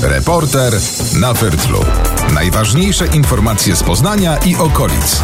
Reporter na Wyrtlu. Najważniejsze informacje z Poznania i okolic.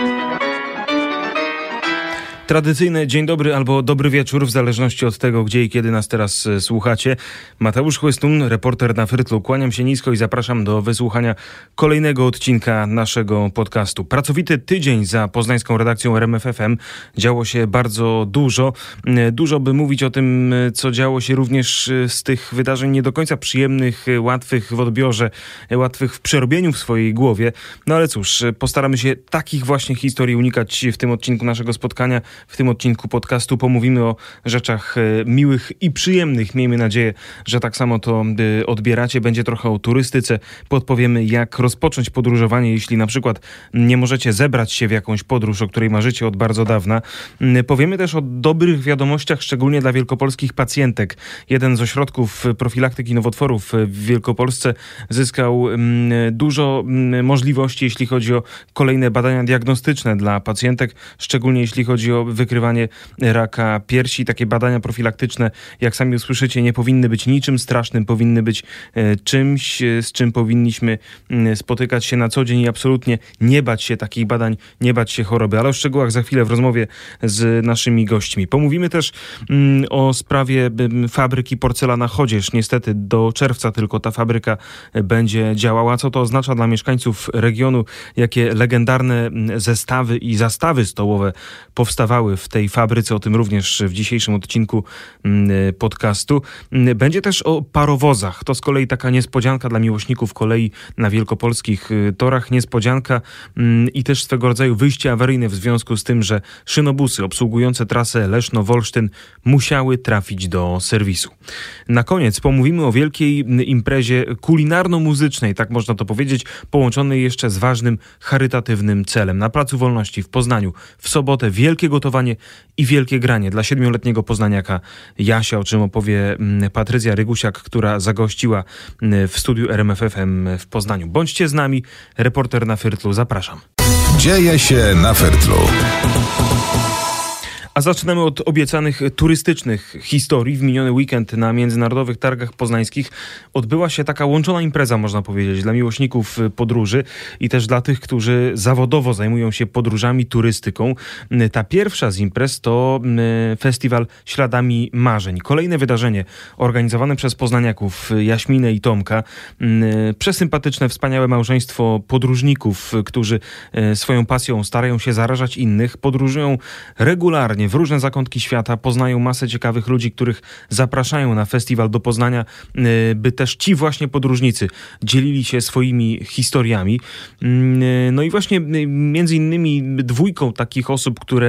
Tradycyjne dzień dobry albo dobry wieczór, w zależności od tego, gdzie i kiedy nas teraz słuchacie. Mateusz Chłystun, reporter na Wyrtlu. Kłaniam się nisko i zapraszam do wysłuchania kolejnego odcinka naszego podcastu. Pracowity tydzień za poznańską redakcją RMF FM. Działo się bardzo dużo. Dużo by mówić o tym, co działo się również z tych wydarzeń nie do końca przyjemnych, łatwych w odbiorze, łatwych w przerobieniu w swojej głowie. No ale cóż, postaramy się takich właśnie historii unikać w tym odcinku naszego spotkania. W tym odcinku podcastu pomówimy o rzeczach miłych i przyjemnych. Miejmy nadzieję, że tak samo to odbieracie. Będzie trochę o turystyce. Podpowiemy, jak rozpocząć podróżowanie, jeśli na przykład nie możecie zebrać się w jakąś podróż, o której marzycie od bardzo dawna. Powiemy też o dobrych wiadomościach, szczególnie dla wielkopolskich pacjentek. Jeden z ośrodków profilaktyki nowotworów w Wielkopolsce zyskał dużo możliwości, jeśli chodzi o kolejne badania diagnostyczne dla pacjentek, szczególnie jeśli chodzi o wykrywanie raka piersi. Takie badania profilaktyczne, jak sami usłyszycie, nie powinny być niczym strasznym, powinny być czymś, z czym powinniśmy spotykać się na co dzień i absolutnie nie bać się takich badań, nie bać się choroby. Ale o szczegółach za chwilę w rozmowie z naszymi gośćmi. Pomówimy też o sprawie fabryki Porcelana Chodzież. Niestety do czerwca tylko ta fabryka będzie działała. Co to oznacza dla mieszkańców regionu? Jakie legendarne zestawy i zastawy stołowe powstawały w tej fabryce, o tym również w dzisiejszym odcinku podcastu. Będzie też o parowozach. To z kolei taka niespodzianka dla miłośników kolei na wielkopolskich torach. Niespodzianka i też swego rodzaju wyjście awaryjne w związku z tym, że szynobusy obsługujące trasę Leszno-Wolsztyn musiały trafić do serwisu. Na koniec pomówimy o wielkiej imprezie kulinarno-muzycznej, tak można to powiedzieć, połączonej jeszcze z ważnym charytatywnym celem. Na Placu Wolności w Poznaniu w sobotę wielkie gotowanie i wielkie granie dla 7-letniego poznaniaka Jasia, o czym opowie Patrycja Rygusiak, która zagościła w studiu RMF FM w Poznaniu. Bądźcie z nami, reporter na Wyrtlu, zapraszam. Dzieje się na Wyrtlu. A zaczynamy od obiecanych turystycznych historii. W miniony weekend na Międzynarodowych Targach Poznańskich odbyła się taka łączona impreza, można powiedzieć, dla miłośników podróży i też dla tych, którzy zawodowo zajmują się podróżami, turystyką. Ta pierwsza z imprez to festiwal Śladami Marzeń. Kolejne wydarzenie organizowane przez poznaniaków Jaśminę i Tomka. Przesympatyczne, wspaniałe małżeństwo podróżników, którzy swoją pasją starają się zarażać innych, podróżują regularnie w różne zakątki świata, poznają masę ciekawych ludzi, których zapraszają na festiwal do Poznania, by też ci właśnie podróżnicy dzielili się swoimi historiami. No i właśnie między innymi dwójką takich osób, które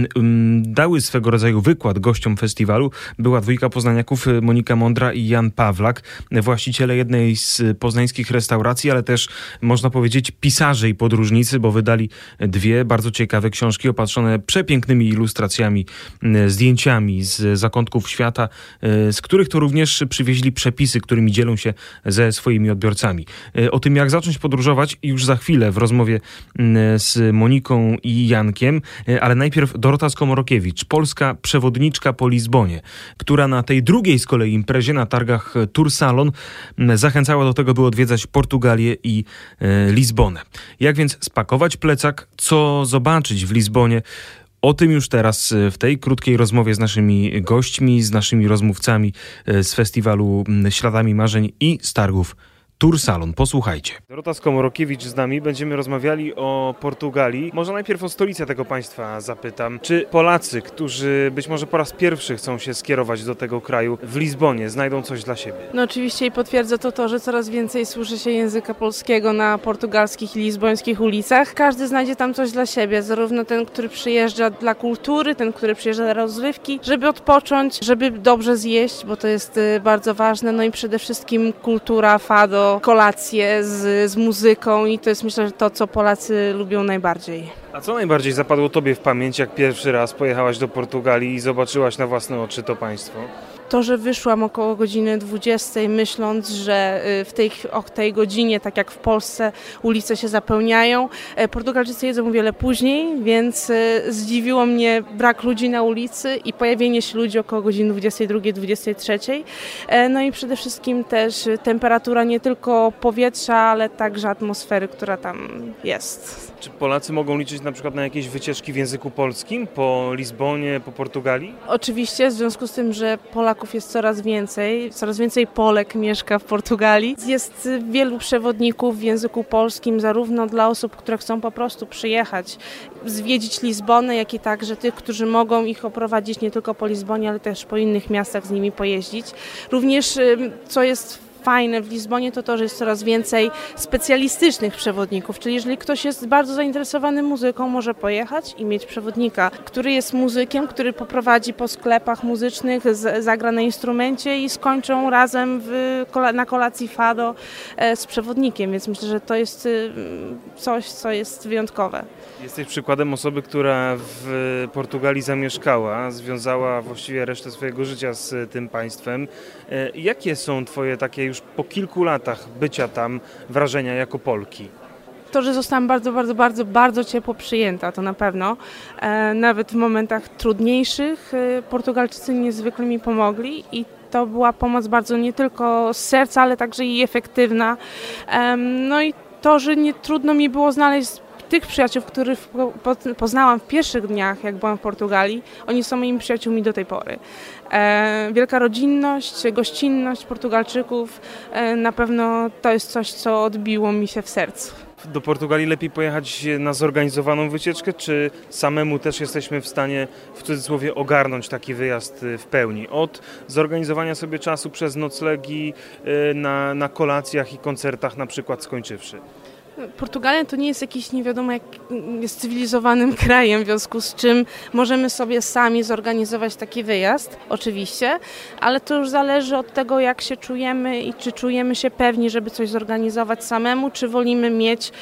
dały swego rodzaju wykład gościom festiwalu, była dwójka poznaniaków, Monika Mądra i Jan Pawlak, właściciele jednej z poznańskich restauracji, ale też można powiedzieć pisarze i podróżnicy, bo wydali dwie bardzo ciekawe książki opatrzone przepięknymi ilustracjami, zdjęciami z zakątków świata, z których to również przywieźli przepisy, którymi dzielą się ze swoimi odbiorcami. O tym, jak zacząć podróżować, już za chwilę w rozmowie z Moniką i Jankiem, ale najpierw Dorota Skomorokiewicz, polska przewodniczka po Lizbonie, która na tej drugiej z kolei imprezie na targach Tour Salon zachęcała do tego, by odwiedzać Portugalię i Lizbonę. Jak więc spakować plecak, co zobaczyć w Lizbonie? O tym już teraz w tej krótkiej rozmowie z naszymi gośćmi, z naszymi rozmówcami z festiwalu Śladami Marzeń i z targów Tour Salon. Posłuchajcie. Dorota Skomorokiewicz z nami. Będziemy rozmawiali o Portugalii. Może najpierw o stolicę tego państwa zapytam. Czy Polacy, którzy być może po raz pierwszy chcą się skierować do tego kraju, w Lizbonie znajdą coś dla siebie? No oczywiście i potwierdza to, że coraz więcej słyszy się języka polskiego na portugalskich i lizbońskich ulicach. Każdy znajdzie tam coś dla siebie. Zarówno ten, który przyjeżdża dla kultury, ten, który przyjeżdża dla rozrywki, żeby odpocząć, żeby dobrze zjeść, bo to jest bardzo ważne. No i przede wszystkim kultura, fado, kolacje z muzyką i to jest, myślę, że to, co Polacy lubią najbardziej. A co najbardziej zapadło Tobie w pamięć, jak pierwszy raz pojechałaś do Portugalii i zobaczyłaś na własne oczy to państwo? To, że wyszłam około godziny 20, myśląc, że o tej godzinie, tak jak w Polsce, ulice się zapełniają. Portugalczycy jedzą wiele później, więc zdziwiło mnie brak ludzi na ulicy i pojawienie się ludzi około godziny 22-23. No i przede wszystkim też temperatura nie tylko powietrza, ale także atmosfery, która tam jest. Czy Polacy mogą liczyć na przykład na jakieś wycieczki w języku polskim po Lizbonie, po Portugalii? Oczywiście, w związku z tym, że Polaków jest coraz więcej Polek mieszka w Portugalii. Jest wielu przewodników w języku polskim, zarówno dla osób, które chcą po prostu przyjechać, zwiedzić Lizbonę, jak i także tych, którzy mogą ich oprowadzić nie tylko po Lizbonie, ale też po innych miastach z nimi pojeździć. Również, co jest fajne w Lizbonie, to, że jest coraz więcej specjalistycznych przewodników, czyli jeżeli ktoś jest bardzo zainteresowany muzyką, może pojechać i mieć przewodnika, który jest muzykiem, który poprowadzi po sklepach muzycznych, zagra na instrumencie i skończą razem na kolacji fado z przewodnikiem, więc myślę, że to jest coś, co jest wyjątkowe. Jesteś przykładem osoby, która w Portugalii zamieszkała, związała właściwie resztę swojego życia z tym państwem. Jakie są twoje takie już po kilku latach bycia tam wrażenia jako Polki? To, że zostałam bardzo ciepło przyjęta, to na pewno. Nawet w momentach trudniejszych Portugalczycy niezwykle mi pomogli i to była pomoc bardzo nie tylko z serca, ale także i efektywna. No i to, że nie trudno mi było znaleźć tych przyjaciół, których poznałam w pierwszych dniach, jak byłam w Portugalii, oni są moimi przyjaciółmi do tej pory. Wielka rodzinność, gościnność Portugalczyków, na pewno to jest coś, co odbiło mi się w sercu. Do Portugalii lepiej pojechać na zorganizowaną wycieczkę, czy samemu też jesteśmy w stanie, w cudzysłowie, ogarnąć taki wyjazd w pełni? Od zorganizowania sobie czasu przez noclegi na kolacjach i koncertach na przykład skończywszy. Portugalia to nie jest jakiś nie wiadomo jak jest cywilizowanym krajem, w związku z czym możemy sobie sami zorganizować taki wyjazd, oczywiście, ale to już zależy od tego, jak się czujemy i czy czujemy się pewni, żeby coś zorganizować samemu, czy wolimy mieć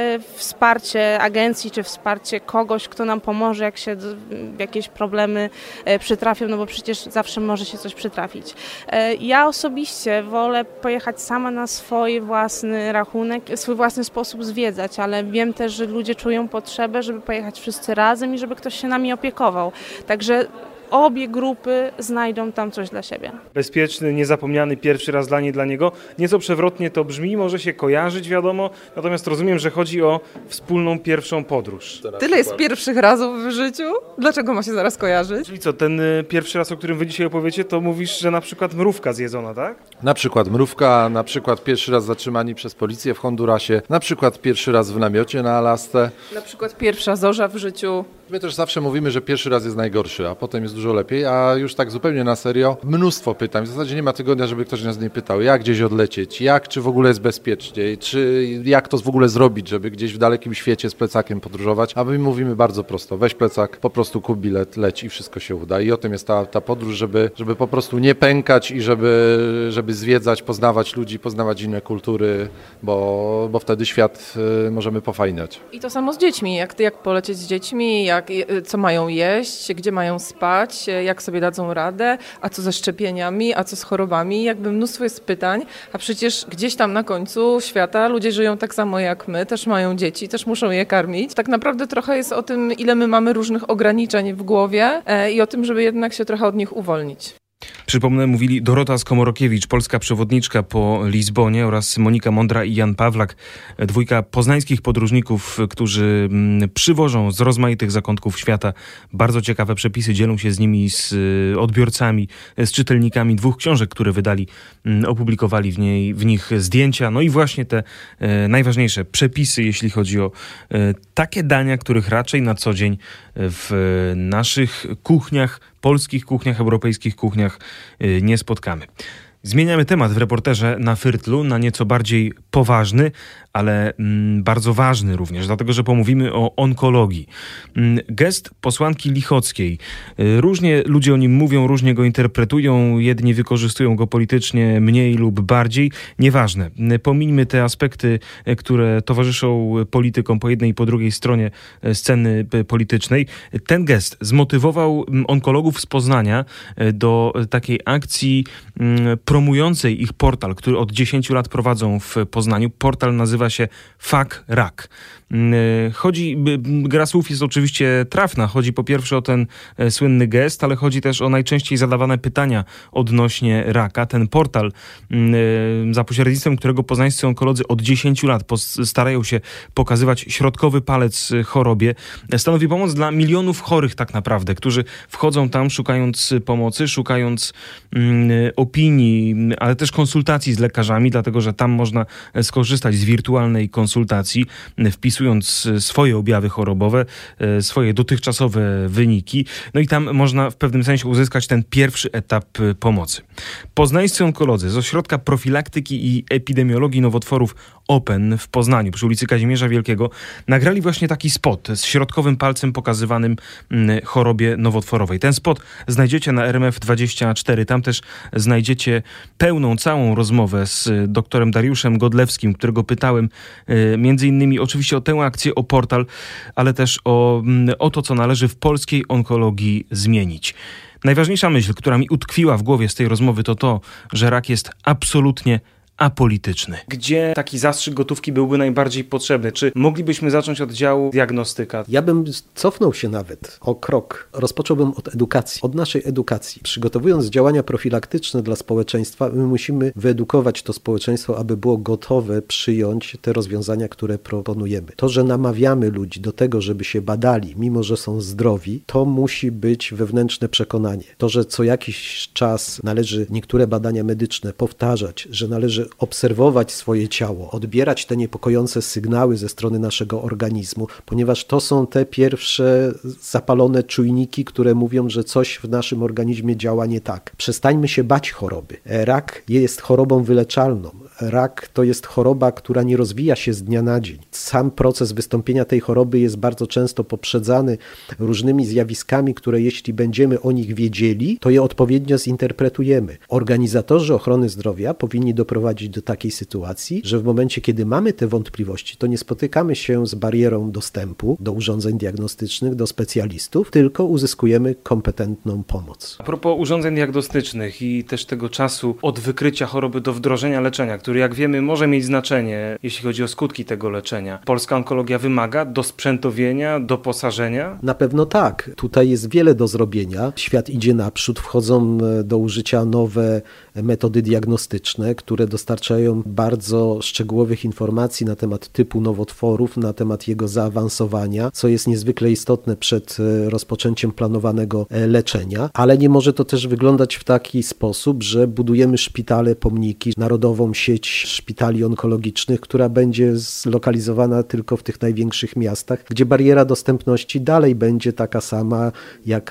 wsparcie agencji, czy wsparcie kogoś, kto nam pomoże, jak się jakieś problemy przytrafią, no bo przecież zawsze może się coś przytrafić. Ja osobiście wolę pojechać sama na swój własny rachunek, swój własny sposób zwiedzać, ale wiem też, że ludzie czują potrzebę, żeby pojechać wszyscy razem i żeby ktoś się nami opiekował. Także obie grupy znajdą tam coś dla siebie. Bezpieczny, niezapomniany pierwszy raz dla niej, dla niego. Nieco przewrotnie to brzmi, może się kojarzyć, wiadomo, natomiast rozumiem, że chodzi o wspólną pierwszą podróż. Tyle jest pierwszych razów w życiu? Dlaczego ma się zaraz kojarzyć? Czyli co, ten pierwszy raz, o którym wy dzisiaj opowiecie, to mówisz, że na przykład mrówka zjedzona, tak? Na przykład mrówka, na przykład pierwszy raz zatrzymani przez policję w Hondurasie, na przykład pierwszy raz w namiocie na Alasce. Na przykład pierwsza zorza w życiu. My też zawsze mówimy, że pierwszy raz jest najgorszy, a potem jest dużo lepiej, a już tak zupełnie na serio, mnóstwo pytań. W zasadzie nie ma tygodnia, żeby ktoś nas nie pytał, jak gdzieś odlecieć, czy w ogóle jest bezpiecznie, czy jak to w ogóle zrobić, żeby gdzieś w dalekim świecie z plecakiem podróżować, a my mówimy bardzo prosto, weź plecak, po prostu kup bilet, leć i wszystko się uda. I o tym jest ta podróż, żeby po prostu nie pękać i żeby zwiedzać, poznawać ludzi, poznawać inne kultury, bo wtedy świat możemy pofajniać. I to samo z dziećmi, jak polecieć z dziećmi, co mają jeść, gdzie mają spać, jak sobie dadzą radę, a co ze szczepieniami, a co z chorobami. Jakby mnóstwo jest pytań, a przecież gdzieś tam na końcu świata ludzie żyją tak samo jak my, też mają dzieci, też muszą je karmić. Tak naprawdę trochę jest o tym, ile my mamy różnych ograniczeń w głowie i o tym, żeby jednak się trochę od nich uwolnić. Przypomnę, mówili Dorota Skomorokiewicz, polska przewodniczka po Lizbonie, oraz Monika Mądra i Jan Pawlak, dwójka poznańskich podróżników, którzy przywożą z rozmaitych zakątków świata bardzo ciekawe przepisy, dzielą się z nimi z odbiorcami, z czytelnikami dwóch książek, które wydali, opublikowali w nich zdjęcia, no i właśnie te najważniejsze przepisy, jeśli chodzi o takie dania, których raczej na co dzień w naszych kuchniach, polskich kuchniach, europejskich kuchniach nie spotkamy. Zmieniamy temat w reporterze na Fyrtlu na nieco bardziej poważny, ale bardzo ważny również, dlatego że pomówimy o onkologii. Gest posłanki Lichockiej. Różnie ludzie o nim mówią, różnie go interpretują, jedni wykorzystują go politycznie mniej lub bardziej. Nieważne. Pomińmy te aspekty, które towarzyszą politykom po jednej i po drugiej stronie sceny politycznej. Ten gest zmotywował onkologów z Poznania do takiej akcji promującej ich portal, który od 10 lat prowadzą w Poznaniu. Portal nazywa się Fuck Rak. Gra słów jest oczywiście trafna. Chodzi po pierwsze o ten słynny gest, ale chodzi też o najczęściej zadawane pytania odnośnie raka. Ten portal, za pośrednictwem którego poznańscy onkolodzy od 10 lat starają się pokazywać środkowy palec chorobie, stanowi pomoc dla milionów chorych tak naprawdę, którzy wchodzą tam szukając pomocy, szukając opinii, ale też konsultacji z lekarzami, dlatego że tam można skorzystać z wirtualnej konsultacji, wpisując swoje objawy chorobowe, swoje dotychczasowe wyniki. No i tam można w pewnym sensie uzyskać ten pierwszy etap pomocy. Poznańscy onkolodzy z Ośrodka Profilaktyki i Epidemiologii Nowotworów Open w Poznaniu przy ulicy Kazimierza Wielkiego nagrali właśnie taki spot z środkowym palcem pokazywanym chorobie nowotworowej. Ten spot znajdziecie na RMF24. Tam też znajdziecie pełną, całą rozmowę z doktorem Dariuszem Godlewskim, którego pytałem między innymi oczywiście o tę akcję, o portal, ale też o to, co należy w polskiej onkologii zmienić. Najważniejsza myśl, która mi utkwiła w głowie z tej rozmowy, to to, że rak jest absolutnie apolityczny. Gdzie taki zastrzyk gotówki byłby najbardziej potrzebny? Czy moglibyśmy zacząć od działu diagnostyka? Ja bym cofnął się nawet o krok. Rozpocząłbym od edukacji, od naszej edukacji. Przygotowując działania profilaktyczne dla społeczeństwa, my musimy wyedukować to społeczeństwo, aby było gotowe przyjąć te rozwiązania, które proponujemy. To, że namawiamy ludzi do tego, żeby się badali, mimo że są zdrowi, to musi być wewnętrzne przekonanie. To, że co jakiś czas należy niektóre badania medyczne powtarzać, że należy obserwować swoje ciało, odbierać te niepokojące sygnały ze strony naszego organizmu, ponieważ to są te pierwsze zapalone czujniki, które mówią, że coś w naszym organizmie działa nie tak. Przestańmy się bać choroby. Rak jest chorobą wyleczalną. Rak to jest choroba, która nie rozwija się z dnia na dzień. Sam proces wystąpienia tej choroby jest bardzo często poprzedzany różnymi zjawiskami, które jeśli będziemy o nich wiedzieli, to je odpowiednio zinterpretujemy. Organizatorzy ochrony zdrowia powinni doprowadzić do takiej sytuacji, że w momencie, kiedy mamy te wątpliwości, to nie spotykamy się z barierą dostępu do urządzeń diagnostycznych, do specjalistów, tylko uzyskujemy kompetentną pomoc. A propos urządzeń diagnostycznych i też tego czasu od wykrycia choroby do wdrożenia leczenia, który jak wiemy może mieć znaczenie, jeśli chodzi o skutki tego leczenia. Polska onkologia wymaga dosprzętowienia, doposażenia? Na pewno tak. Tutaj jest wiele do zrobienia. Świat idzie naprzód, wchodzą do użycia nowe metody diagnostyczne, które dostarczają bardzo szczegółowych informacji na temat typu nowotworów, na temat jego zaawansowania, co jest niezwykle istotne przed rozpoczęciem planowanego leczenia, ale nie może to też wyglądać w taki sposób, że budujemy szpitale, pomniki, narodową sieć szpitali onkologicznych, która będzie zlokalizowana tylko w tych największych miastach, gdzie bariera dostępności dalej będzie taka sama, jak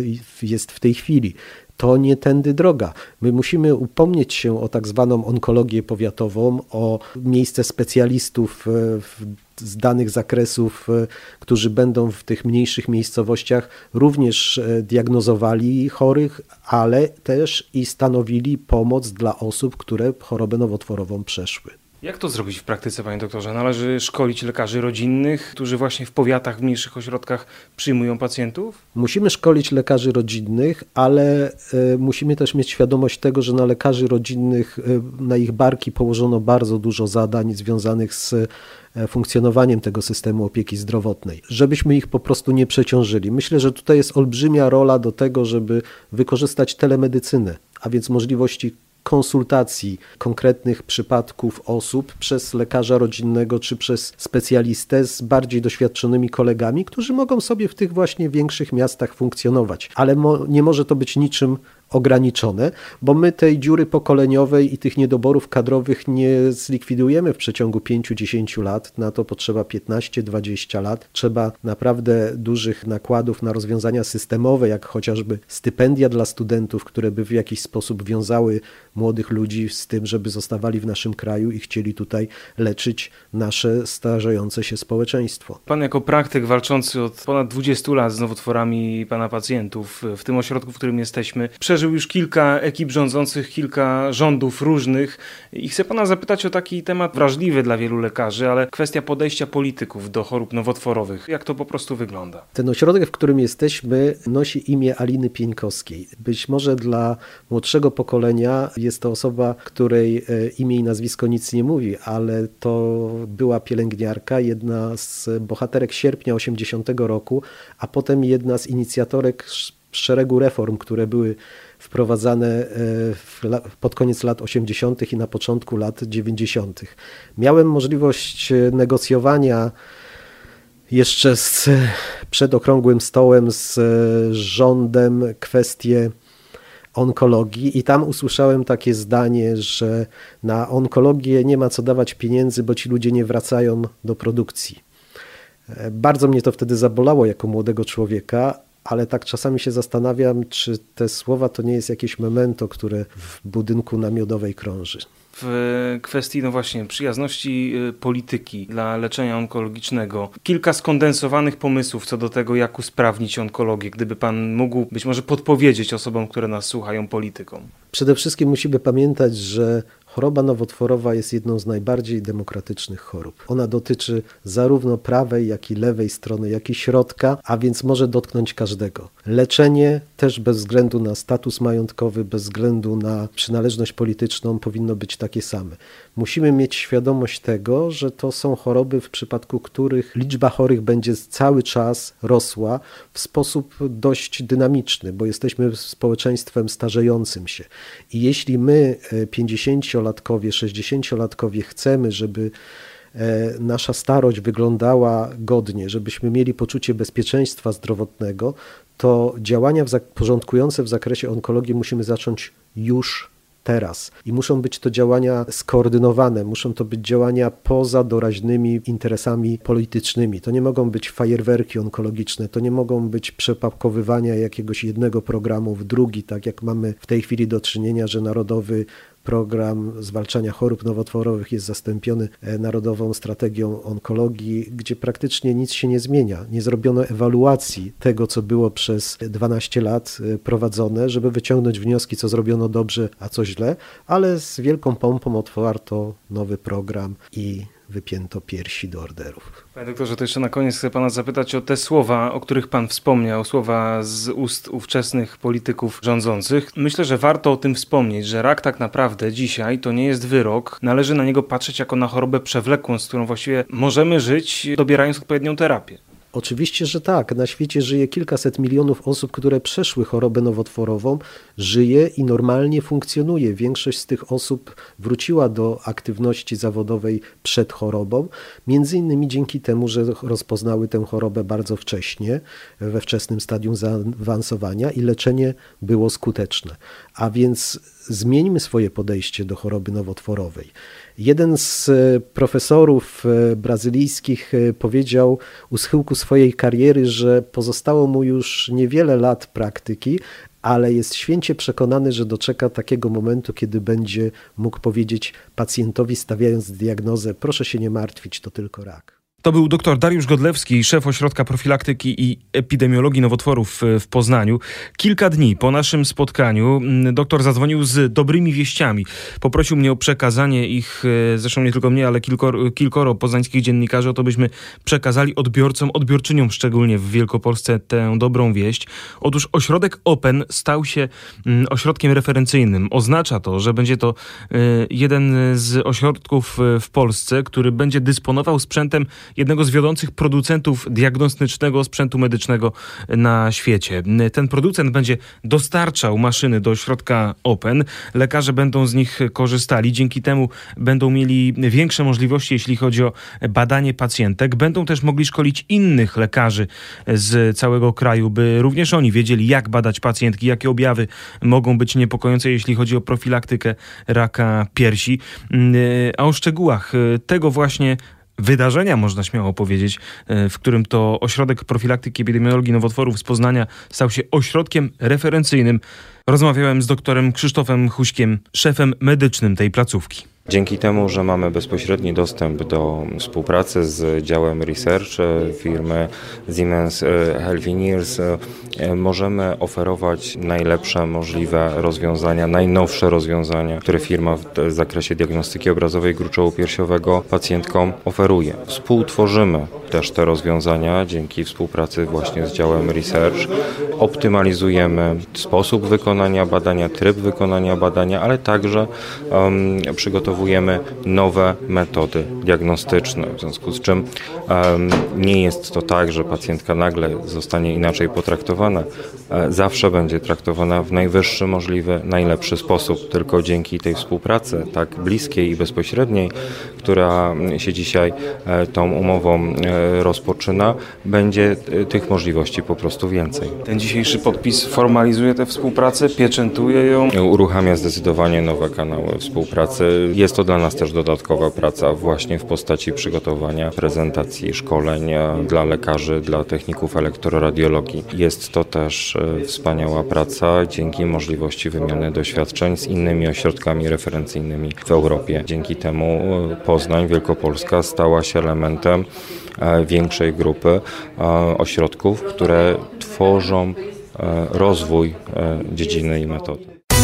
jest w tej chwili. To nie tędy droga. My musimy upomnieć się o tak zwaną onkologię powiatową, o miejsce specjalistów z danych zakresów, którzy będą w tych mniejszych miejscowościach również diagnozowali chorych, ale też i stanowili pomoc dla osób, które chorobę nowotworową przeszły. Jak to zrobić w praktyce, panie doktorze? Należy szkolić lekarzy rodzinnych, którzy właśnie w powiatach, w mniejszych ośrodkach przyjmują pacjentów? Musimy szkolić lekarzy rodzinnych, ale musimy też mieć świadomość tego, że na lekarzy rodzinnych, na ich barki położono bardzo dużo zadań związanych z funkcjonowaniem tego systemu opieki zdrowotnej, żebyśmy ich po prostu nie przeciążyli. Myślę, że tutaj jest olbrzymia rola do tego, żeby wykorzystać telemedycynę, a więc możliwości konsultacji konkretnych przypadków osób przez lekarza rodzinnego czy przez specjalistę z bardziej doświadczonymi kolegami, którzy mogą sobie w tych właśnie większych miastach funkcjonować. Ale nie może to być niczym ograniczone, bo my tej dziury pokoleniowej i tych niedoborów kadrowych nie zlikwidujemy w przeciągu 5-10 lat. Na to potrzeba 15-20 lat. Trzeba naprawdę dużych nakładów na rozwiązania systemowe, jak chociażby stypendia dla studentów, które by w jakiś sposób wiązały młodych ludzi z tym, żeby zostawali w naszym kraju i chcieli tutaj leczyć nasze starzejące się społeczeństwo. Pan jako praktyk walczący od ponad 20 lat z nowotworami pana pacjentów w tym ośrodku, w którym jesteśmy, przeżył już kilka ekip rządzących, kilka rządów różnych i chcę pana zapytać o taki temat wrażliwy dla wielu lekarzy, ale kwestia podejścia polityków do chorób nowotworowych. Jak to po prostu wygląda? Ten ośrodek, w którym jesteśmy, nosi imię Aliny Pieńkowskiej. Być może dla młodszego pokolenia jest to osoba, której imię i nazwisko nic nie mówi, ale to była pielęgniarka, jedna z bohaterek sierpnia 80 roku, a potem jedna z inicjatorek szeregu reform, które były wprowadzane pod koniec lat 80. i na początku lat 90. Miałem możliwość negocjowania jeszcze przed okrągłym stołem z rządem kwestie onkologii i tam usłyszałem takie zdanie, że na onkologię nie ma co dawać pieniędzy, bo ci ludzie nie wracają do produkcji. Bardzo mnie to wtedy zabolało jako młodego człowieka, ale tak czasami się zastanawiam, czy te słowa to nie jest jakieś memento, które w budynku na Miodowej krąży. W kwestii, no właśnie, przyjazności polityki dla leczenia onkologicznego. Kilka skondensowanych pomysłów co do tego, jak usprawnić onkologię. Gdyby pan mógł być może podpowiedzieć osobom, które nas słuchają, politykom. Przede wszystkim musimy pamiętać, że choroba nowotworowa jest jedną z najbardziej demokratycznych chorób. Ona dotyczy zarówno prawej, jak i lewej strony, jak i środka, a więc może dotknąć każdego. Leczenie też bez względu na status majątkowy, bez względu na przynależność polityczną powinno być takie same. Musimy mieć świadomość tego, że to są choroby, w przypadku których liczba chorych będzie cały czas rosła w sposób dość dynamiczny, bo jesteśmy społeczeństwem starzejącym się. I jeśli my, 50-latkowie, 60-latkowie, chcemy, żeby nasza starość wyglądała godnie, żebyśmy mieli poczucie bezpieczeństwa zdrowotnego, to działania porządkujące w zakresie onkologii musimy zacząć już teraz. I muszą być to działania skoordynowane, muszą to być działania poza doraźnymi interesami politycznymi. To nie mogą być fajerwerki onkologiczne, to nie mogą być przepakowywania jakiegoś jednego programu w drugi, tak jak mamy w tej chwili do czynienia, że Narodowy Program Zwalczania Chorób Nowotworowych jest zastąpiony Narodową Strategią Onkologii, gdzie praktycznie nic się nie zmienia. Nie zrobiono ewaluacji tego, co było przez 12 lat prowadzone, żeby wyciągnąć wnioski, co zrobiono dobrze, a co źle, ale z wielką pompą otwarto nowy program i wypięto piersi do orderów. Panie doktorze, to jeszcze na koniec chcę pana zapytać o te słowa, o których pan wspomniał, słowa z ust ówczesnych polityków rządzących. Myślę, że warto o tym wspomnieć, że rak tak naprawdę dzisiaj to nie jest wyrok. Należy na niego patrzeć jako na chorobę przewlekłą, z którą właściwie możemy żyć, dobierając odpowiednią terapię. Oczywiście, że tak. Na świecie żyje kilkaset milionów osób, które przeszły chorobę nowotworową, żyje i normalnie funkcjonuje. Większość z tych osób wróciła do aktywności zawodowej przed chorobą, między innymi dzięki temu, że rozpoznały tę chorobę bardzo wcześnie, we wczesnym stadium zaawansowania i leczenie było skuteczne. A więc zmieńmy swoje podejście do choroby nowotworowej. Jeden z profesorów brazylijskich powiedział u schyłku swojej kariery, że pozostało mu już niewiele lat praktyki, ale jest święcie przekonany, że doczeka takiego momentu, kiedy będzie mógł powiedzieć pacjentowi, stawiając diagnozę: proszę się nie martwić, to tylko rak. To był dr Dariusz Godlewski, szef Ośrodka Profilaktyki i Epidemiologii Nowotworów w Poznaniu. Kilka dni po naszym spotkaniu doktor zadzwonił z dobrymi wieściami. Poprosił mnie o przekazanie ich, zresztą nie tylko mnie, ale kilkoro poznańskich dziennikarzy, o to byśmy przekazali odbiorcom, odbiorczyniom szczególnie w Wielkopolsce tę dobrą wieść. Otóż ośrodek Open stał się ośrodkiem referencyjnym. Oznacza to, że będzie to jeden z ośrodków w Polsce, który będzie dysponował sprzętem jednego z wiodących producentów diagnostycznego sprzętu medycznego na świecie. Ten producent będzie dostarczał maszyny do ośrodka Open. Lekarze będą z nich korzystali. Dzięki temu będą mieli większe możliwości, jeśli chodzi o badanie pacjentek. Będą też mogli szkolić innych lekarzy z całego kraju, by również oni wiedzieli, jak badać pacjentki, jakie objawy mogą być niepokojące, jeśli chodzi o profilaktykę raka piersi. A o szczegółach tego właśnie wydarzenia, można śmiało powiedzieć, w którym to Ośrodek Profilaktyki i Epidemiologii Nowotworów z Poznania stał się ośrodkiem referencyjnym, rozmawiałem z doktorem Krzysztofem Huśkiem, szefem medycznym tej placówki. Dzięki temu, że mamy bezpośredni dostęp do współpracy z działem Research firmy Siemens Healthineers, możemy oferować najlepsze możliwe rozwiązania, najnowsze rozwiązania, które firma w zakresie diagnostyki obrazowej gruczołu piersiowego pacjentkom oferuje. Współtworzymy też te rozwiązania dzięki współpracy właśnie z działem Research. Optymalizujemy sposób wykonania badania, tryb wykonania badania, ale także przygotowujemy nowe metody diagnostyczne, w związku z czym nie jest to tak, że pacjentka nagle zostanie inaczej potraktowana. Zawsze będzie traktowana w najwyższy możliwy, najlepszy sposób. Tylko dzięki tej współpracy tak bliskiej i bezpośredniej, która się dzisiaj tą umową rozpoczyna, będzie tych możliwości po prostu więcej. Ten dzisiejszy podpis formalizuje tę współpracę, pieczętuje ją? Uruchamia zdecydowanie nowe kanały współpracy. Jest to dla nas też dodatkowa praca właśnie w postaci przygotowania prezentacji, szkoleń dla lekarzy, dla techników elektroradiologii. Jest to też wspaniała praca dzięki możliwości wymiany doświadczeń z innymi ośrodkami referencyjnymi w Europie. Dzięki temu Poznań, Wielkopolska stała się elementem większej grupy ośrodków, które tworzą rozwój dziedziny i metody.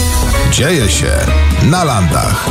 Dzieje się na landach.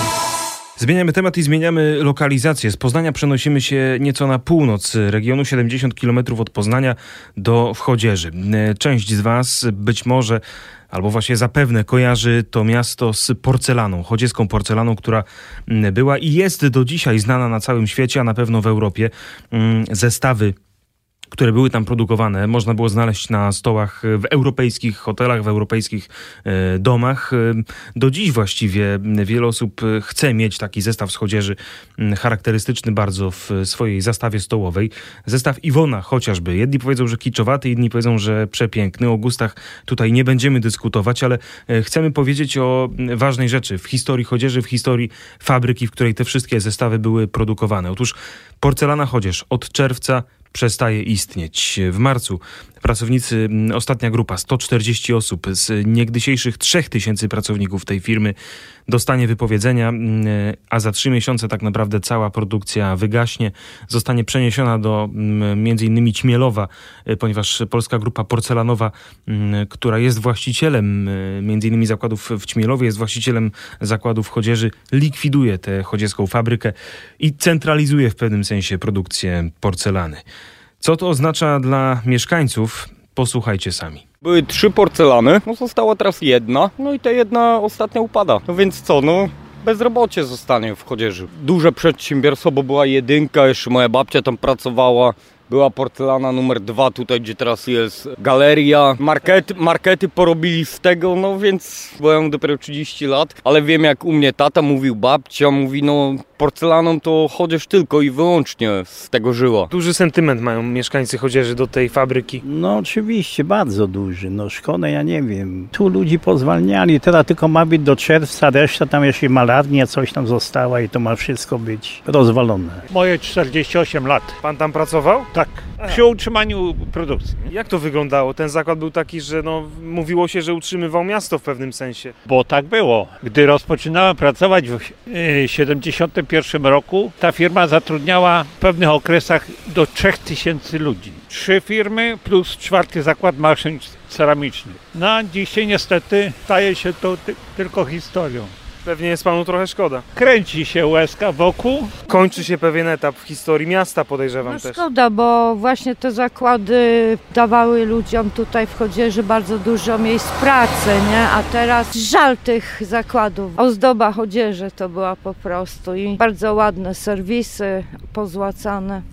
Zmieniamy temat i zmieniamy lokalizację. Z Poznania przenosimy się nieco na północ regionu, 70 km od Poznania do Chodzieży. Część z Was być może albo właśnie zapewne kojarzy to miasto z porcelaną, chodzieską porcelaną, która była i jest do dzisiaj znana na całym świecie, a na pewno w Europie. Zestawy, które były tam produkowane, można było znaleźć na stołach w europejskich hotelach, w europejskich domach. Do dziś właściwie wiele osób chce mieć taki zestaw z Chodzieży, charakterystyczny bardzo w swojej zastawie stołowej. Zestaw Iwona chociażby. Jedni powiedzą, że kiczowaty, inni powiedzą, że przepiękny. O gustach tutaj nie będziemy dyskutować, ale chcemy powiedzieć o ważnej rzeczy w historii Chodzieży, w historii fabryki, w której te wszystkie zestawy były produkowane. Otóż porcelana Chodzież od czerwca przestaje istnieć. W marcu pracownicy, ostatnia grupa, 140 osób z niegdysiejszych 3000 pracowników tej firmy dostanie wypowiedzenia, a za 3 miesiące tak naprawdę cała produkcja wygaśnie. Zostanie przeniesiona do między innymi Ćmielowa, ponieważ Polska Grupa Porcelanowa, która jest właścicielem między innymi zakładów w Ćmielowie, jest właścicielem zakładów Chodzieży, likwiduje tę chodzieską fabrykę i centralizuje w pewnym sensie produkcję porcelany. Co to oznacza dla mieszkańców? Posłuchajcie sami. Były 3 porcelany, została teraz jedna, i ta jedna ostatnia upada. Więc co, bezrobocie zostanie w Chodzieży. Duże przedsiębiorstwo, bo była jedynka, jeszcze moja babcia tam pracowała. Była porcelana numer 2 tutaj, gdzie teraz jest galeria. Markety porobili z tego, więc byłem dopiero 30 lat. Ale wiem, jak u mnie tata mówił, babcia mówi, porcelaną to Chodzież tylko i wyłącznie z tego żyła. Duży sentyment mają mieszkańcy Chodzieży do tej fabryki. Oczywiście, bardzo duży. Szkoda, ja nie wiem. Tu ludzi pozwalniali, teraz tylko ma być do czerwca, reszta tam jeszcze malarnia, coś tam została i to ma wszystko być rozwalone. Moje 48 lat. Pan tam pracował? Tak, przy utrzymaniu produkcji. Jak to wyglądało? Ten zakład był taki, że mówiło się, że utrzymywał miasto w pewnym sensie. Bo tak było. Gdy rozpoczynałem pracować w 1971 roku, ta firma zatrudniała w pewnych okresach do 3000 ludzi. 3 firmy plus 4. zakład maszyn ceramicznych. Dzisiaj niestety staje się to tylko historią. Pewnie jest panu trochę szkoda. Kręci się łezka wokół. Kończy się pewien etap w historii miasta, podejrzewam też. Szkoda, bo właśnie te zakłady dawały ludziom tutaj w Chodzieży bardzo dużo miejsc pracy, nie? A teraz żal tych zakładów. Ozdoba Chodzieży to była po prostu i bardzo ładne serwisy pozłacane.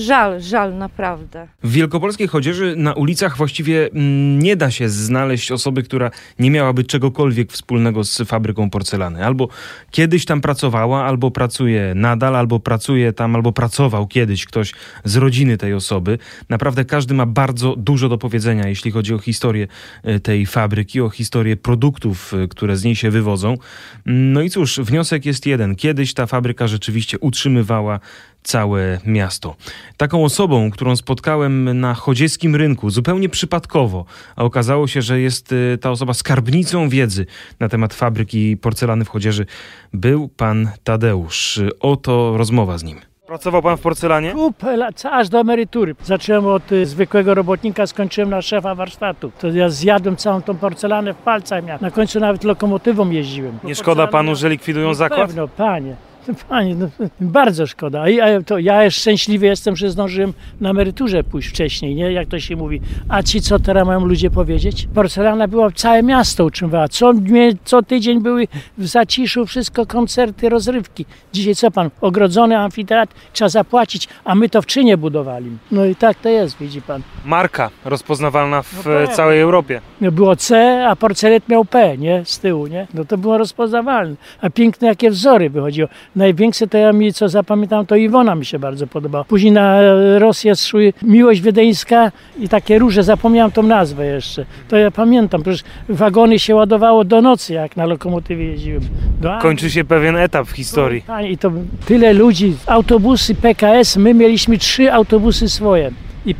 Żal naprawdę. W wielkopolskiej Chodzieży na ulicach właściwie nie da się znaleźć osoby, która nie miałaby czegokolwiek wspólnego z fabryką porcelany. Albo kiedyś tam pracowała, albo pracuje nadal, albo pracuje tam, albo pracował kiedyś ktoś z rodziny tej osoby. Naprawdę każdy ma bardzo dużo do powiedzenia, jeśli chodzi o historię tej fabryki, o historię produktów, które z niej się wywodzą. No i cóż, wniosek jest jeden. Kiedyś ta fabryka rzeczywiście utrzymywała całe miasto. Taką osobą, którą spotkałem na chodzieskim rynku zupełnie przypadkowo, a okazało się, że jest ta osoba skarbnicą wiedzy na temat fabryki porcelany w Chodzieży, był pan Tadeusz. Oto rozmowa z nim. Pracował pan w porcelanie? Kupę lat, aż do emerytury. Zacząłem od zwykłego robotnika, skończyłem na szefa warsztatu. To ja zjadłem całą tą porcelanę w palcach miałem. Na końcu nawet lokomotywą jeździłem. Nie szkoda panu, że likwidują zakład? Pewno, panie, no, bardzo szkoda. Ja szczęśliwy jestem, że zdążyłem na emeryturze pójść wcześniej, nie? Jak to się mówi. A ci, co teraz mają ludzie powiedzieć? Porcelana była, całe miasto utrzymywała. Co tydzień były w Zaciszu wszystko koncerty, rozrywki. Dzisiaj co pan? Ogrodzony amfiteatr, trzeba zapłacić, a my to w czynie budowali. No i tak to jest, widzi pan. Marka rozpoznawalna w całej Europie. Było C, a porcelet miał P, nie? Z tyłu, nie? No to było rozpoznawalne. A piękne jakie wzory wychodziło. Największe to co zapamiętam, to Iwona mi się bardzo podobała. Później na Rosję szły Miłość Wiedeńska i takie róże, zapomniałem tą nazwę jeszcze. To ja pamiętam, przecież wagony się ładowało do nocy, jak na lokomotywie jeździłem. Kończy się pewien etap w historii. I to tyle ludzi, autobusy PKS, my mieliśmy 3 autobusy swoje. I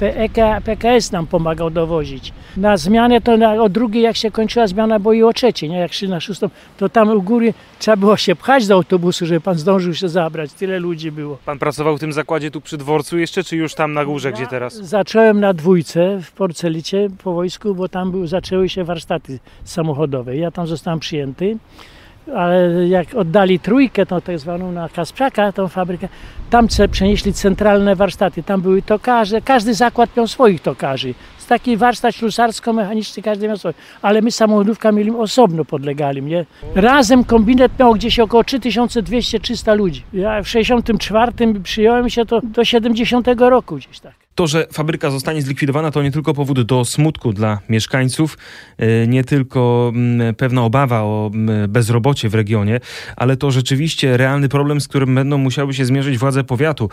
PKS nam pomagał dowozić. Na zmianę to o drugiej, jak się kończyła zmiana, bo i o trzeciej, nie? Jak szli na 6, to tam u góry trzeba było się pchać do autobusu, żeby pan zdążył się zabrać. Tyle ludzi było. Pan pracował w tym zakładzie tu przy dworcu jeszcze, czy już tam na górze, gdzie teraz? Zacząłem na 2 w Porcelicie po wojsku, bo tam zaczęły się warsztaty samochodowe. Ja tam zostałem przyjęty. Ale jak oddali 3, to tak zwaną na Kasprzaka, tą fabrykę, tam przenieśli centralne warsztaty, tam były tokarze, każdy zakład miał swoich tokarzy. Z taki warsztat ślusarsko-mechaniczny każdy miał swój, ale my samochodówka mieli osobno podlegali, nie? Razem kombinet miał gdzieś około 3200-300 ludzi. Ja w 64 przyjąłem się to do 70 roku gdzieś tak. To, że fabryka zostanie zlikwidowana, to nie tylko powód do smutku dla mieszkańców, nie tylko pewna obawa o bezrobocie w regionie, ale to rzeczywiście realny problem, z którym będą musiały się zmierzyć władze powiatu.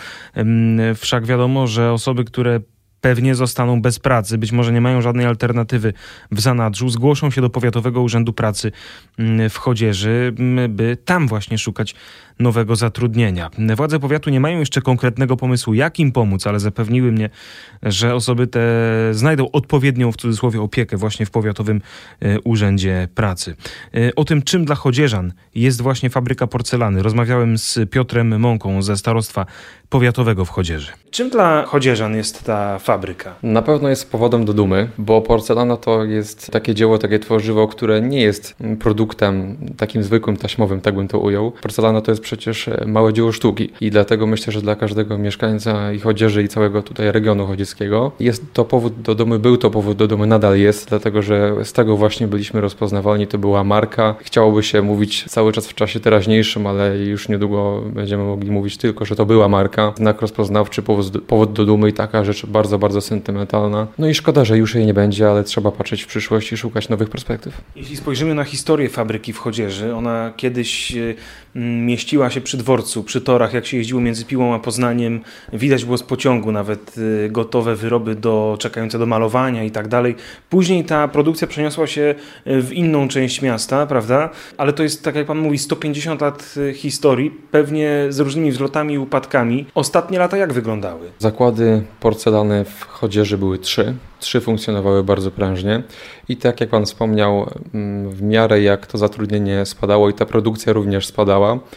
Wszak wiadomo, że osoby, które pewnie zostaną bez pracy, być może nie mają żadnej alternatywy w zanadrzu, zgłoszą się do Powiatowego Urzędu Pracy w Chodzieży, by tam właśnie szukać nowego zatrudnienia. Władze powiatu nie mają jeszcze konkretnego pomysłu, jak im pomóc, ale zapewniły mnie, że osoby te znajdą odpowiednią, w cudzysłowie, opiekę właśnie w Powiatowym Urzędzie Pracy. O tym, czym dla chodzieżan jest właśnie fabryka porcelany, rozmawiałem z Piotrem Mąką ze Starostwa Powiatowego w Chodzieży. Czym dla chodzieżan jest ta fabryka? Na pewno jest powodem do dumy, bo porcelana to jest takie dzieło, takie tworzywo, które nie jest produktem takim zwykłym, taśmowym, tak bym to ujął. Porcelana to jest przecież małe dzieło sztuki i dlatego myślę, że dla każdego mieszkańca i Chodzieży i całego tutaj regionu chodzieckiego jest to powód do dumy, był to powód do dumy, nadal jest, dlatego że z tego właśnie byliśmy rozpoznawalni, to była marka. Chciałoby się mówić cały czas w czasie teraźniejszym, ale już niedługo będziemy mogli mówić tylko, że to była marka. Znak rozpoznawczy, powód do dumy i taka rzecz bardzo, bardzo sentymentalna. No i szkoda, że już jej nie będzie, ale trzeba patrzeć w przyszłość i szukać nowych perspektyw. Jeśli spojrzymy na historię fabryki w Chodzieży, ona kiedyś mieściła się przy dworcu, przy torach, jak się jeździło między Piłą a Poznaniem. Widać było z pociągu nawet gotowe wyroby czekające do malowania i tak dalej. Później ta produkcja przeniosła się w inną część miasta, prawda? Ale to jest, tak jak pan mówi, 150 lat historii, pewnie z różnymi wzlotami i upadkami. Ostatnie lata jak wyglądały? Zakłady porcelany w Chodzieży były 3. 3 funkcjonowały bardzo prężnie i tak jak pan wspomniał, w miarę jak to zatrudnienie spadało i ta produkcja również spadała,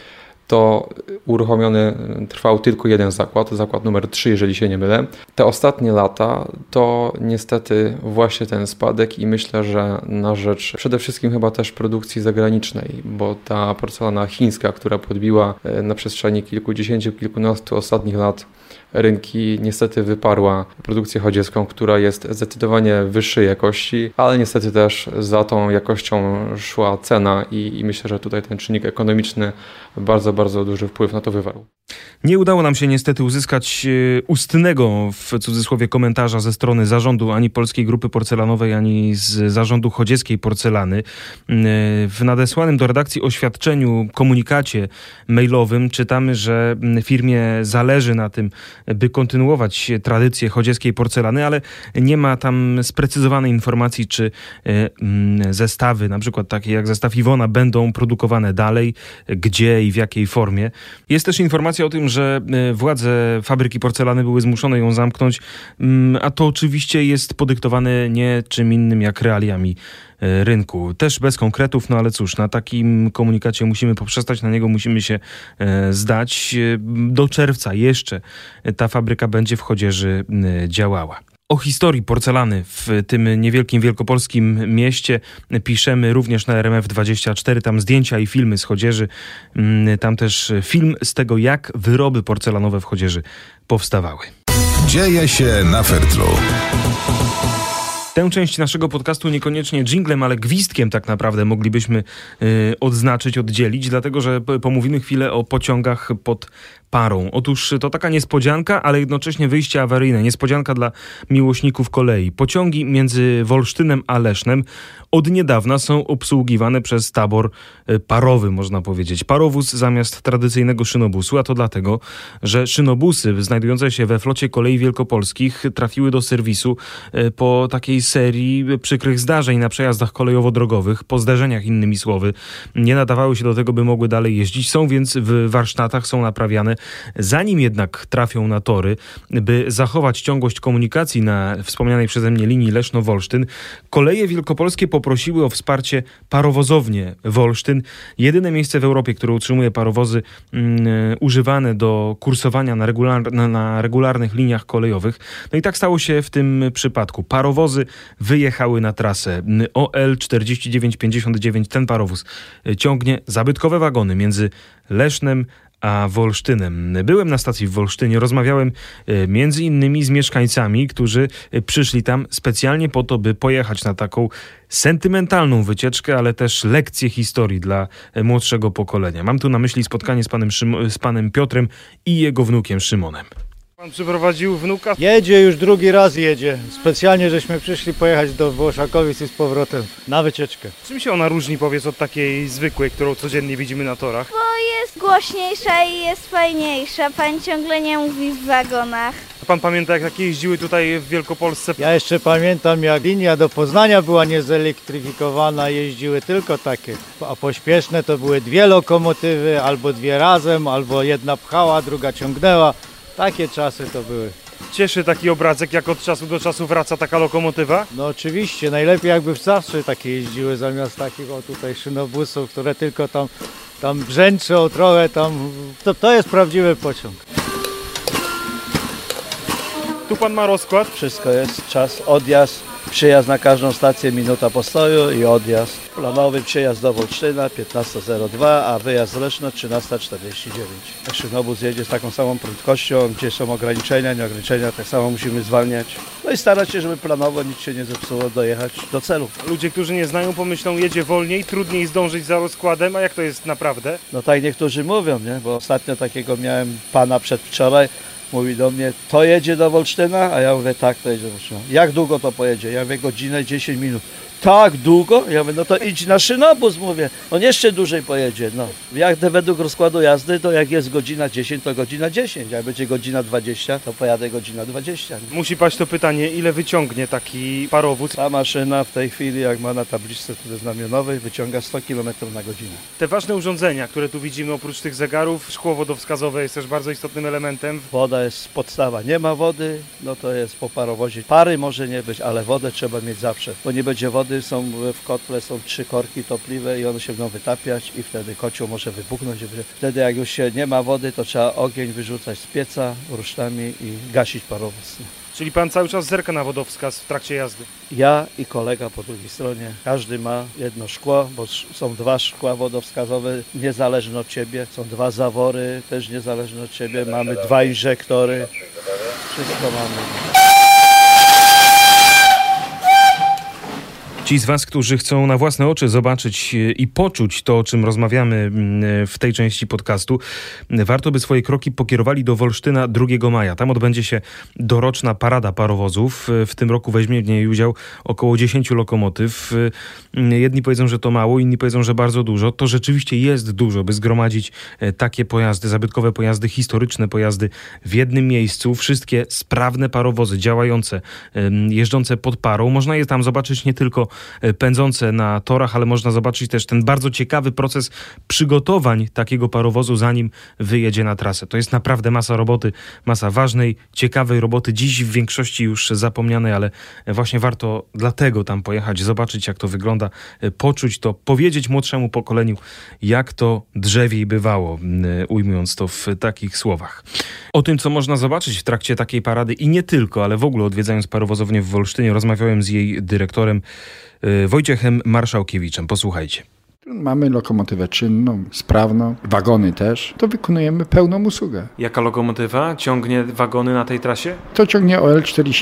to uruchomiony trwał tylko jeden zakład numer 3, jeżeli się nie mylę. Te ostatnie lata to niestety właśnie ten spadek i myślę, że na rzecz przede wszystkim chyba też produkcji zagranicznej, bo ta porcelana chińska, która podbiła na przestrzeni kilkudziesięciu, kilkunastu ostatnich lat rynki, niestety wyparła produkcję chodziecką, która jest zdecydowanie wyższej jakości, ale niestety też za tą jakością szła cena i myślę, że tutaj ten czynnik ekonomiczny bardzo, bardzo duży wpływ na to wywarł. Nie udało nam się niestety uzyskać ustnego, w cudzysłowie, komentarza ze strony zarządu ani Polskiej Grupy Porcelanowej, ani z zarządu Chodzieckiej Porcelany. W nadesłanym do redakcji oświadczeniu, komunikacie mailowym czytamy, że firmie zależy na tym, by kontynuować tradycję chodzieckiej porcelany, ale nie ma tam sprecyzowanej informacji, czy zestawy, na przykład takie jak zestaw Iwona, będą produkowane dalej, gdzie i w jakiej formie. Jest też informacja o tym, że władze fabryki porcelany były zmuszone ją zamknąć, a to oczywiście jest podyktowane nie czym innym jak realiami rynku. Też bez konkretów, no ale cóż, na takim komunikacie musimy poprzestać, na niego musimy się zdać. Do czerwca jeszcze ta fabryka będzie w Chodzieży działała. O historii porcelany w tym niewielkim wielkopolskim mieście piszemy również na RMF24. Tam zdjęcia i filmy z Chodzieży. Tam też film z tego, jak wyroby porcelanowe w Chodzieży powstawały. Dzieje się na Fertlu. Tę część naszego podcastu niekoniecznie dżinglem, ale gwizdkiem tak naprawdę moglibyśmy odznaczyć, oddzielić, dlatego że pomówimy chwilę o pociągach pod parą. Otóż to taka niespodzianka, ale jednocześnie wyjście awaryjne. Niespodzianka dla miłośników kolei. Pociągi między Wolsztynem a Lesznem od niedawna są obsługiwane przez tabor parowy, można powiedzieć. Parowóz zamiast tradycyjnego szynobusu, a to dlatego, że szynobusy znajdujące się we flocie kolei wielkopolskich trafiły do serwisu po takiej serii przykrych zdarzeń na przejazdach kolejowo-drogowych, po zdarzeniach, innymi słowy. Nie nadawały się do tego, by mogły dalej jeździć. Są więc w warsztatach, są naprawiane. Zanim jednak trafią na tory, by zachować ciągłość komunikacji na wspomnianej przeze mnie linii Leszno-Wolsztyn, koleje wielkopolskie poprosiły o wsparcie parowozownię Wolsztyn. Jedyne miejsce w Europie, które utrzymuje parowozy używane do kursowania na regularnych liniach kolejowych. No i tak stało się w tym przypadku. Parowozy wyjechały na trasę OL 4959. Ten parowóz ciągnie zabytkowe wagony między Lesznem a Wolsztynem. Byłem na stacji w Wolsztynie, rozmawiałem między innymi z mieszkańcami, którzy przyszli tam specjalnie po to, by pojechać na taką sentymentalną wycieczkę, ale też lekcję historii dla młodszego pokolenia. Mam tu na myśli spotkanie z panem Piotrem i jego wnukiem Szymonem. Pan przyprowadził wnuka? Jedzie, już drugi raz jedzie. Specjalnie żeśmy przyszli pojechać do Włoszakowic i z powrotem na wycieczkę. Czym się ona różni, powiedz, od takiej zwykłej, którą codziennie widzimy na torach? Bo jest głośniejsza i jest fajniejsza. Pan ciągle nie mówi w wagonach. A pan pamięta, jak takie jeździły tutaj w Wielkopolsce? Ja jeszcze pamiętam, jak linia do Poznania była niezelektryfikowana, jeździły tylko takie. A pośpieszne to były 2 lokomotywy, albo 2 razem, albo jedna pchała, druga ciągnęła. Takie czasy to były. Cieszy taki obrazek, jak od czasu do czasu wraca taka lokomotywa? No oczywiście, najlepiej jakby zawsze takie jeździły zamiast takich o tutaj szynobusów, które tylko tam brzęczą trochę tam. To jest prawdziwy pociąg. Tu pan ma rozkład? Wszystko jest, czas, odjazd, przyjazd na każdą stację, minuta postoju i odjazd. Planowy przyjazd do Wolsztyna 15:02, a wyjazd z Leszna 13:49. Szynobus jedzie z taką samą prędkością, gdzie są ograniczenia, nieograniczenia, tak samo musimy zwalniać. No i starać się, żeby planowo nic się nie zepsuło, dojechać do celu. Ludzie, którzy nie znają, pomyślą, jedzie wolniej, trudniej zdążyć za rozkładem, a jak to jest naprawdę? No tak niektórzy mówią, nie? Bo ostatnio takiego miałem pana przedwczoraj. Mówi do mnie, to jedzie do Wolsztyna? A ja mówię, tak, to jedzie do Wolsztyna. Jak długo to pojedzie? Ja mówię, godzinę, 10 minut. Tak długo? Ja mówię, no to idź na szynobus, mówię. On jeszcze dłużej pojedzie, no. Jak według rozkładu jazdy, to jak jest godzina 10, to godzina 10. Jak będzie godzina 20, to pojadę godzina 20. Musi paść to pytanie, ile wyciągnie taki parowóz? Ta maszyna w tej chwili, jak ma na tabliczce znamionowej, wyciąga 100 km na godzinę. Te ważne urządzenia, które tu widzimy, oprócz tych zegarów, szkło wodowskazowe jest też bardzo istotnym elementem. Woda woda jest podstawa. Nie ma wody, no to jest po parowozie. Pary może nie być, ale wodę trzeba mieć zawsze, bo nie będzie wody, są w kotle są 3 korki topliwe i one się będą wytapiać i wtedy kocioł może wybuchnąć. Wtedy jak już się nie ma wody, to trzeba ogień wyrzucać z pieca rusztami i gasić parowóz. Czyli pan cały czas zerka na wodowskaz w trakcie jazdy? Ja i kolega po drugiej stronie. Każdy ma jedno szkło, bo są 2 szkła wodowskazowe niezależne od ciebie. Są 2 zawory też niezależne od ciebie. Mamy 2 inżektory. Wszystko mamy. Ci z was, którzy chcą na własne oczy zobaczyć i poczuć to, o czym rozmawiamy w tej części podcastu, warto by swoje kroki pokierowali do Wolsztyna 2 maja. Tam odbędzie się doroczna parada parowozów. W tym roku weźmie w niej udział około 10 lokomotyw. Jedni powiedzą, że to mało, inni powiedzą, że bardzo dużo. To rzeczywiście jest dużo, by zgromadzić takie pojazdy, zabytkowe pojazdy, historyczne pojazdy w jednym miejscu. Wszystkie sprawne parowozy, działające, jeżdżące pod parą. Można je tam zobaczyć nie tylko pędzące na torach, ale można zobaczyć też ten bardzo ciekawy proces przygotowań takiego parowozu, zanim wyjedzie na trasę. To jest naprawdę masa roboty, masa ważnej, ciekawej roboty, dziś w większości już zapomnianej, ale właśnie warto dlatego tam pojechać, zobaczyć jak to wygląda, poczuć to, powiedzieć młodszemu pokoleniu, jak to drzewiej bywało, ujmując to w takich słowach. O tym, co można zobaczyć w trakcie takiej parady i nie tylko, ale w ogóle odwiedzając parowozownię w Wolsztynie, rozmawiałem z jej dyrektorem Wojciechem Marszałkiewiczem. Posłuchajcie. Mamy lokomotywę czynną, sprawną, wagony też, to wykonujemy pełną usługę. Jaka lokomotywa ciągnie wagony na tej trasie? To ciągnie OL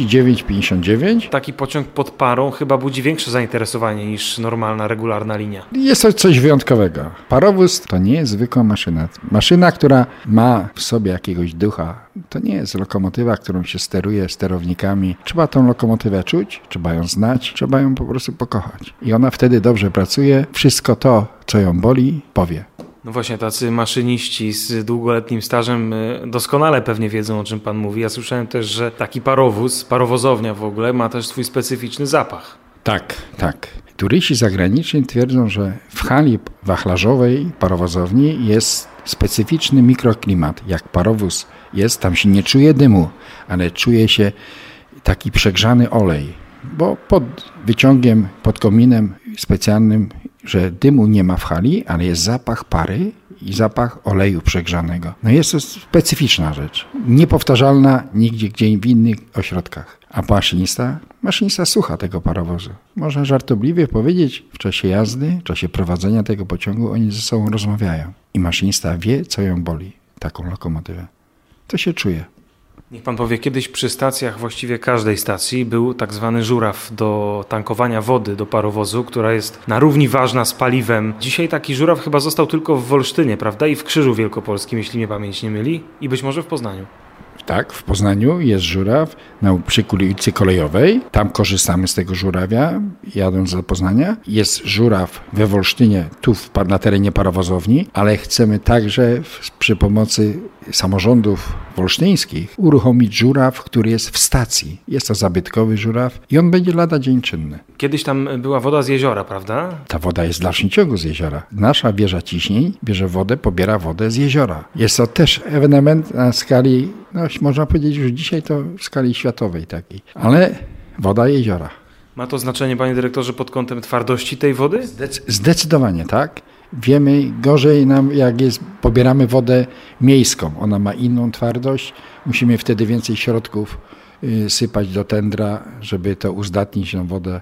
4959. Taki pociąg pod parą chyba budzi większe zainteresowanie niż normalna, regularna linia. Jest to coś wyjątkowego. Parowóz to nie jest zwykła maszyna. Maszyna, która ma w sobie jakiegoś ducha. To nie jest lokomotywa, którą się steruje sterownikami. Trzeba tą lokomotywę czuć, trzeba ją znać, trzeba ją po prostu pokochać. I ona wtedy dobrze pracuje. Wszystko to, co ją boli, powie. No właśnie, tacy maszyniści z długoletnim stażem doskonale pewnie wiedzą, o czym pan mówi. Ja słyszałem też, że taki parowóz, parowozownia w ogóle, ma też swój specyficzny zapach. Tak, tak. Turyści zagraniczni twierdzą, że w hali wachlarzowej parowozowni jest specyficzny mikroklimat. Jak parowóz jest, tam się nie czuje dymu, ale czuje się taki przegrzany olej. Bo pod wyciągiem, pod kominem specjalnym, że dymu nie ma w hali, ale jest zapach pary i zapach oleju przegrzanego. No jest to specyficzna rzecz. Niepowtarzalna nigdzie gdzie w innych ośrodkach. A maszynista słucha tego parowozu. Można żartobliwie powiedzieć, w czasie jazdy, w czasie prowadzenia tego pociągu oni ze sobą rozmawiają. I maszynista wie, co ją boli, taką lokomotywę. To się czuje. Niech pan powie, kiedyś przy stacjach, właściwie każdej stacji, był tak zwany żuraw do tankowania wody do parowozu, która jest na równi ważna z paliwem. Dzisiaj taki żuraw chyba został tylko w Wolsztynie, prawda? I w Krzyżu Wielkopolskim, jeśli mnie pamięć nie myli. I być może w Poznaniu. Tak, w Poznaniu jest żuraw przy ulicy Kolejowej. Tam korzystamy z tego żurawia, jadąc do Poznania. Jest żuraw we Wolsztynie, tu na terenie parowozowni, ale chcemy także przy pomocy samorządów wolsztyńskich uruchomić żuraw, który jest w stacji. Jest to zabytkowy żuraw i on będzie lada dzień czynny. Kiedyś tam była woda z jeziora, prawda? Ta woda jest w dalszym ciągu z jeziora. Nasza wieża ciśnień bierze wodę, pobiera wodę z jeziora. Jest to też ewenement na skali, można powiedzieć już dzisiaj to w skali światowej takiej, ale woda jeziora. Ma to znaczenie, panie dyrektorze, pod kątem twardości tej wody? Zdecydowanie tak. Wiemy, gorzej nam jak pobieramy wodę miejską. Ona ma inną twardość. Musimy wtedy więcej środków sypać do tędra, żeby to uzdatnić tą wodę,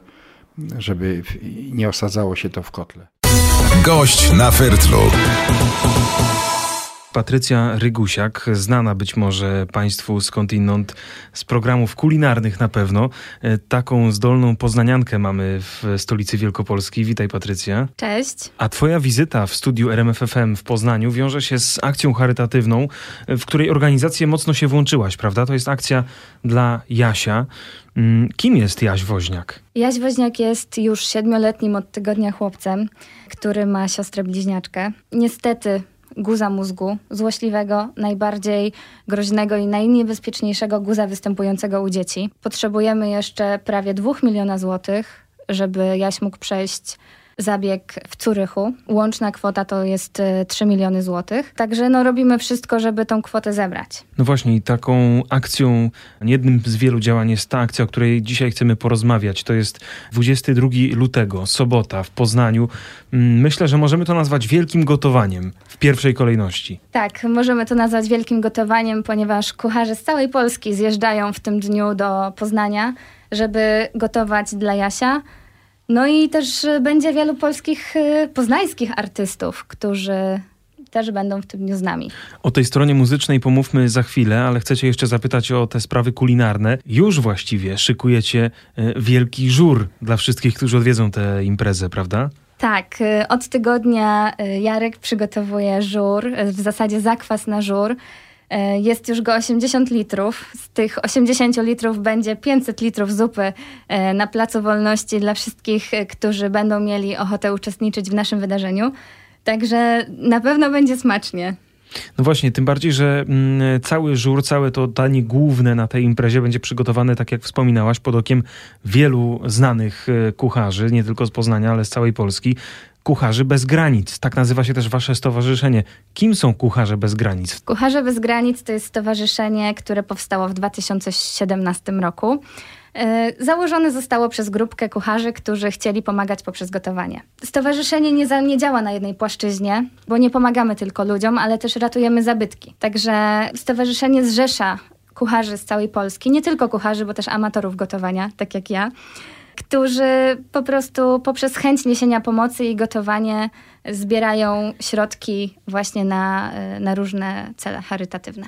żeby nie osadzało się to w kotle. Gość na Fertlu. Patrycja Rygusiak, znana być może państwu skądinąd z programów kulinarnych na pewno. Taką zdolną poznaniankę mamy w stolicy Wielkopolski. Witaj, Patrycja. Cześć. A twoja wizyta w studiu RMF FM w Poznaniu wiąże się z akcją charytatywną, w której organizację mocno się włączyłaś, prawda? To jest akcja dla Jasia. Kim jest Jaś Woźniak? Jaś Woźniak jest już 7-letnim od tygodnia chłopcem, który ma siostrę bliźniaczkę. Niestety guza mózgu, złośliwego, najbardziej groźnego i najniebezpieczniejszego guza występującego u dzieci. Potrzebujemy jeszcze prawie 2 miliona złotych, żeby Jaś mógł przejść zabieg w Zurychu. Łączna kwota to jest 3 miliony złotych. Także robimy wszystko, żeby tą kwotę zebrać. No właśnie, i taką akcją, jednym z wielu działań jest ta akcja, o której dzisiaj chcemy porozmawiać. To jest 22 lutego, sobota w Poznaniu. Myślę, że możemy to nazwać wielkim gotowaniem w pierwszej kolejności. Tak, możemy to nazwać wielkim gotowaniem, ponieważ kucharze z całej Polski zjeżdżają w tym dniu do Poznania, żeby gotować dla Jasia. No i też będzie wielu polskich, poznańskich artystów, którzy też będą w tym dniu z nami. O tej stronie muzycznej pomówmy za chwilę, ale chcę cię jeszcze zapytać o te sprawy kulinarne. Już właściwie szykujecie wielki żur dla wszystkich, którzy odwiedzą tę imprezę, prawda? Tak, od tygodnia Jarek przygotowuje żur, w zasadzie zakwas na żur. Jest już go 80 litrów. Z tych 80 litrów będzie 500 litrów zupy na Placu Wolności dla wszystkich, którzy będą mieli ochotę uczestniczyć w naszym wydarzeniu. Także na pewno będzie smacznie. No właśnie, tym bardziej, że cały żur, całe to danie główne na tej imprezie będzie przygotowane, tak jak wspominałaś, pod okiem wielu znanych kucharzy, nie tylko z Poznania, ale z całej Polski. Kucharzy Bez Granic. Tak nazywa się też wasze stowarzyszenie. Kim są Kucharze Bez Granic? Kucharze Bez Granic to jest stowarzyszenie, które powstało w 2017 roku. Założone zostało przez grupkę kucharzy, którzy chcieli pomagać poprzez gotowanie. Stowarzyszenie nie działa na jednej płaszczyźnie, bo nie pomagamy tylko ludziom, ale też ratujemy zabytki. Także stowarzyszenie zrzesza kucharzy z całej Polski, nie tylko kucharzy, bo też amatorów gotowania, tak jak ja, którzy po prostu poprzez chęć niesienia pomocy i gotowanie zbierają środki właśnie na różne cele charytatywne.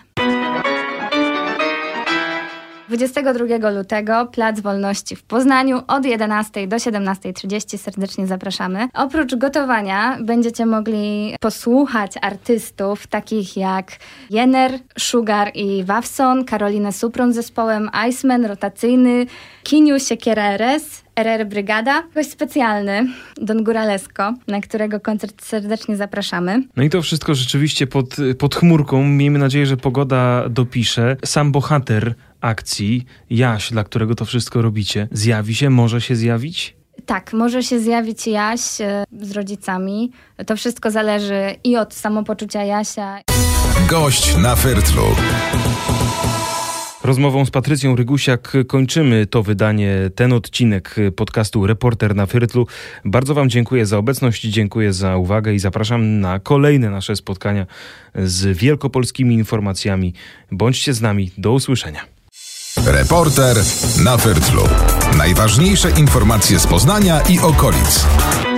22 lutego Plac Wolności w Poznaniu od 11 do 17:30 serdecznie zapraszamy. Oprócz gotowania będziecie mogli posłuchać artystów takich jak Jenner, Sugar i Wawson, Karolinę Supron z zespołem Iceman, Rotacyjny, Kiniu, Siekiera RR Brygada, gość specjalny, Don Góralesko, na którego koncert serdecznie zapraszamy. No i to wszystko rzeczywiście pod chmurką. Miejmy nadzieję, że pogoda dopisze. Sam bohater akcji, Jaś, dla którego to wszystko robicie, zjawi się, może się zjawić? Tak, może się zjawić Jaś z rodzicami. To wszystko zależy i od samopoczucia Jasia. Gość na Fertlu. Rozmową z Patrycją Rygusiak kończymy to wydanie, ten odcinek podcastu Reporter na Fertlu. Bardzo wam dziękuję za obecność, dziękuję za uwagę i zapraszam na kolejne nasze spotkania z wielkopolskimi informacjami. Bądźcie z nami, do usłyszenia. Reporter na Fertlu. Najważniejsze informacje z Poznania i okolic.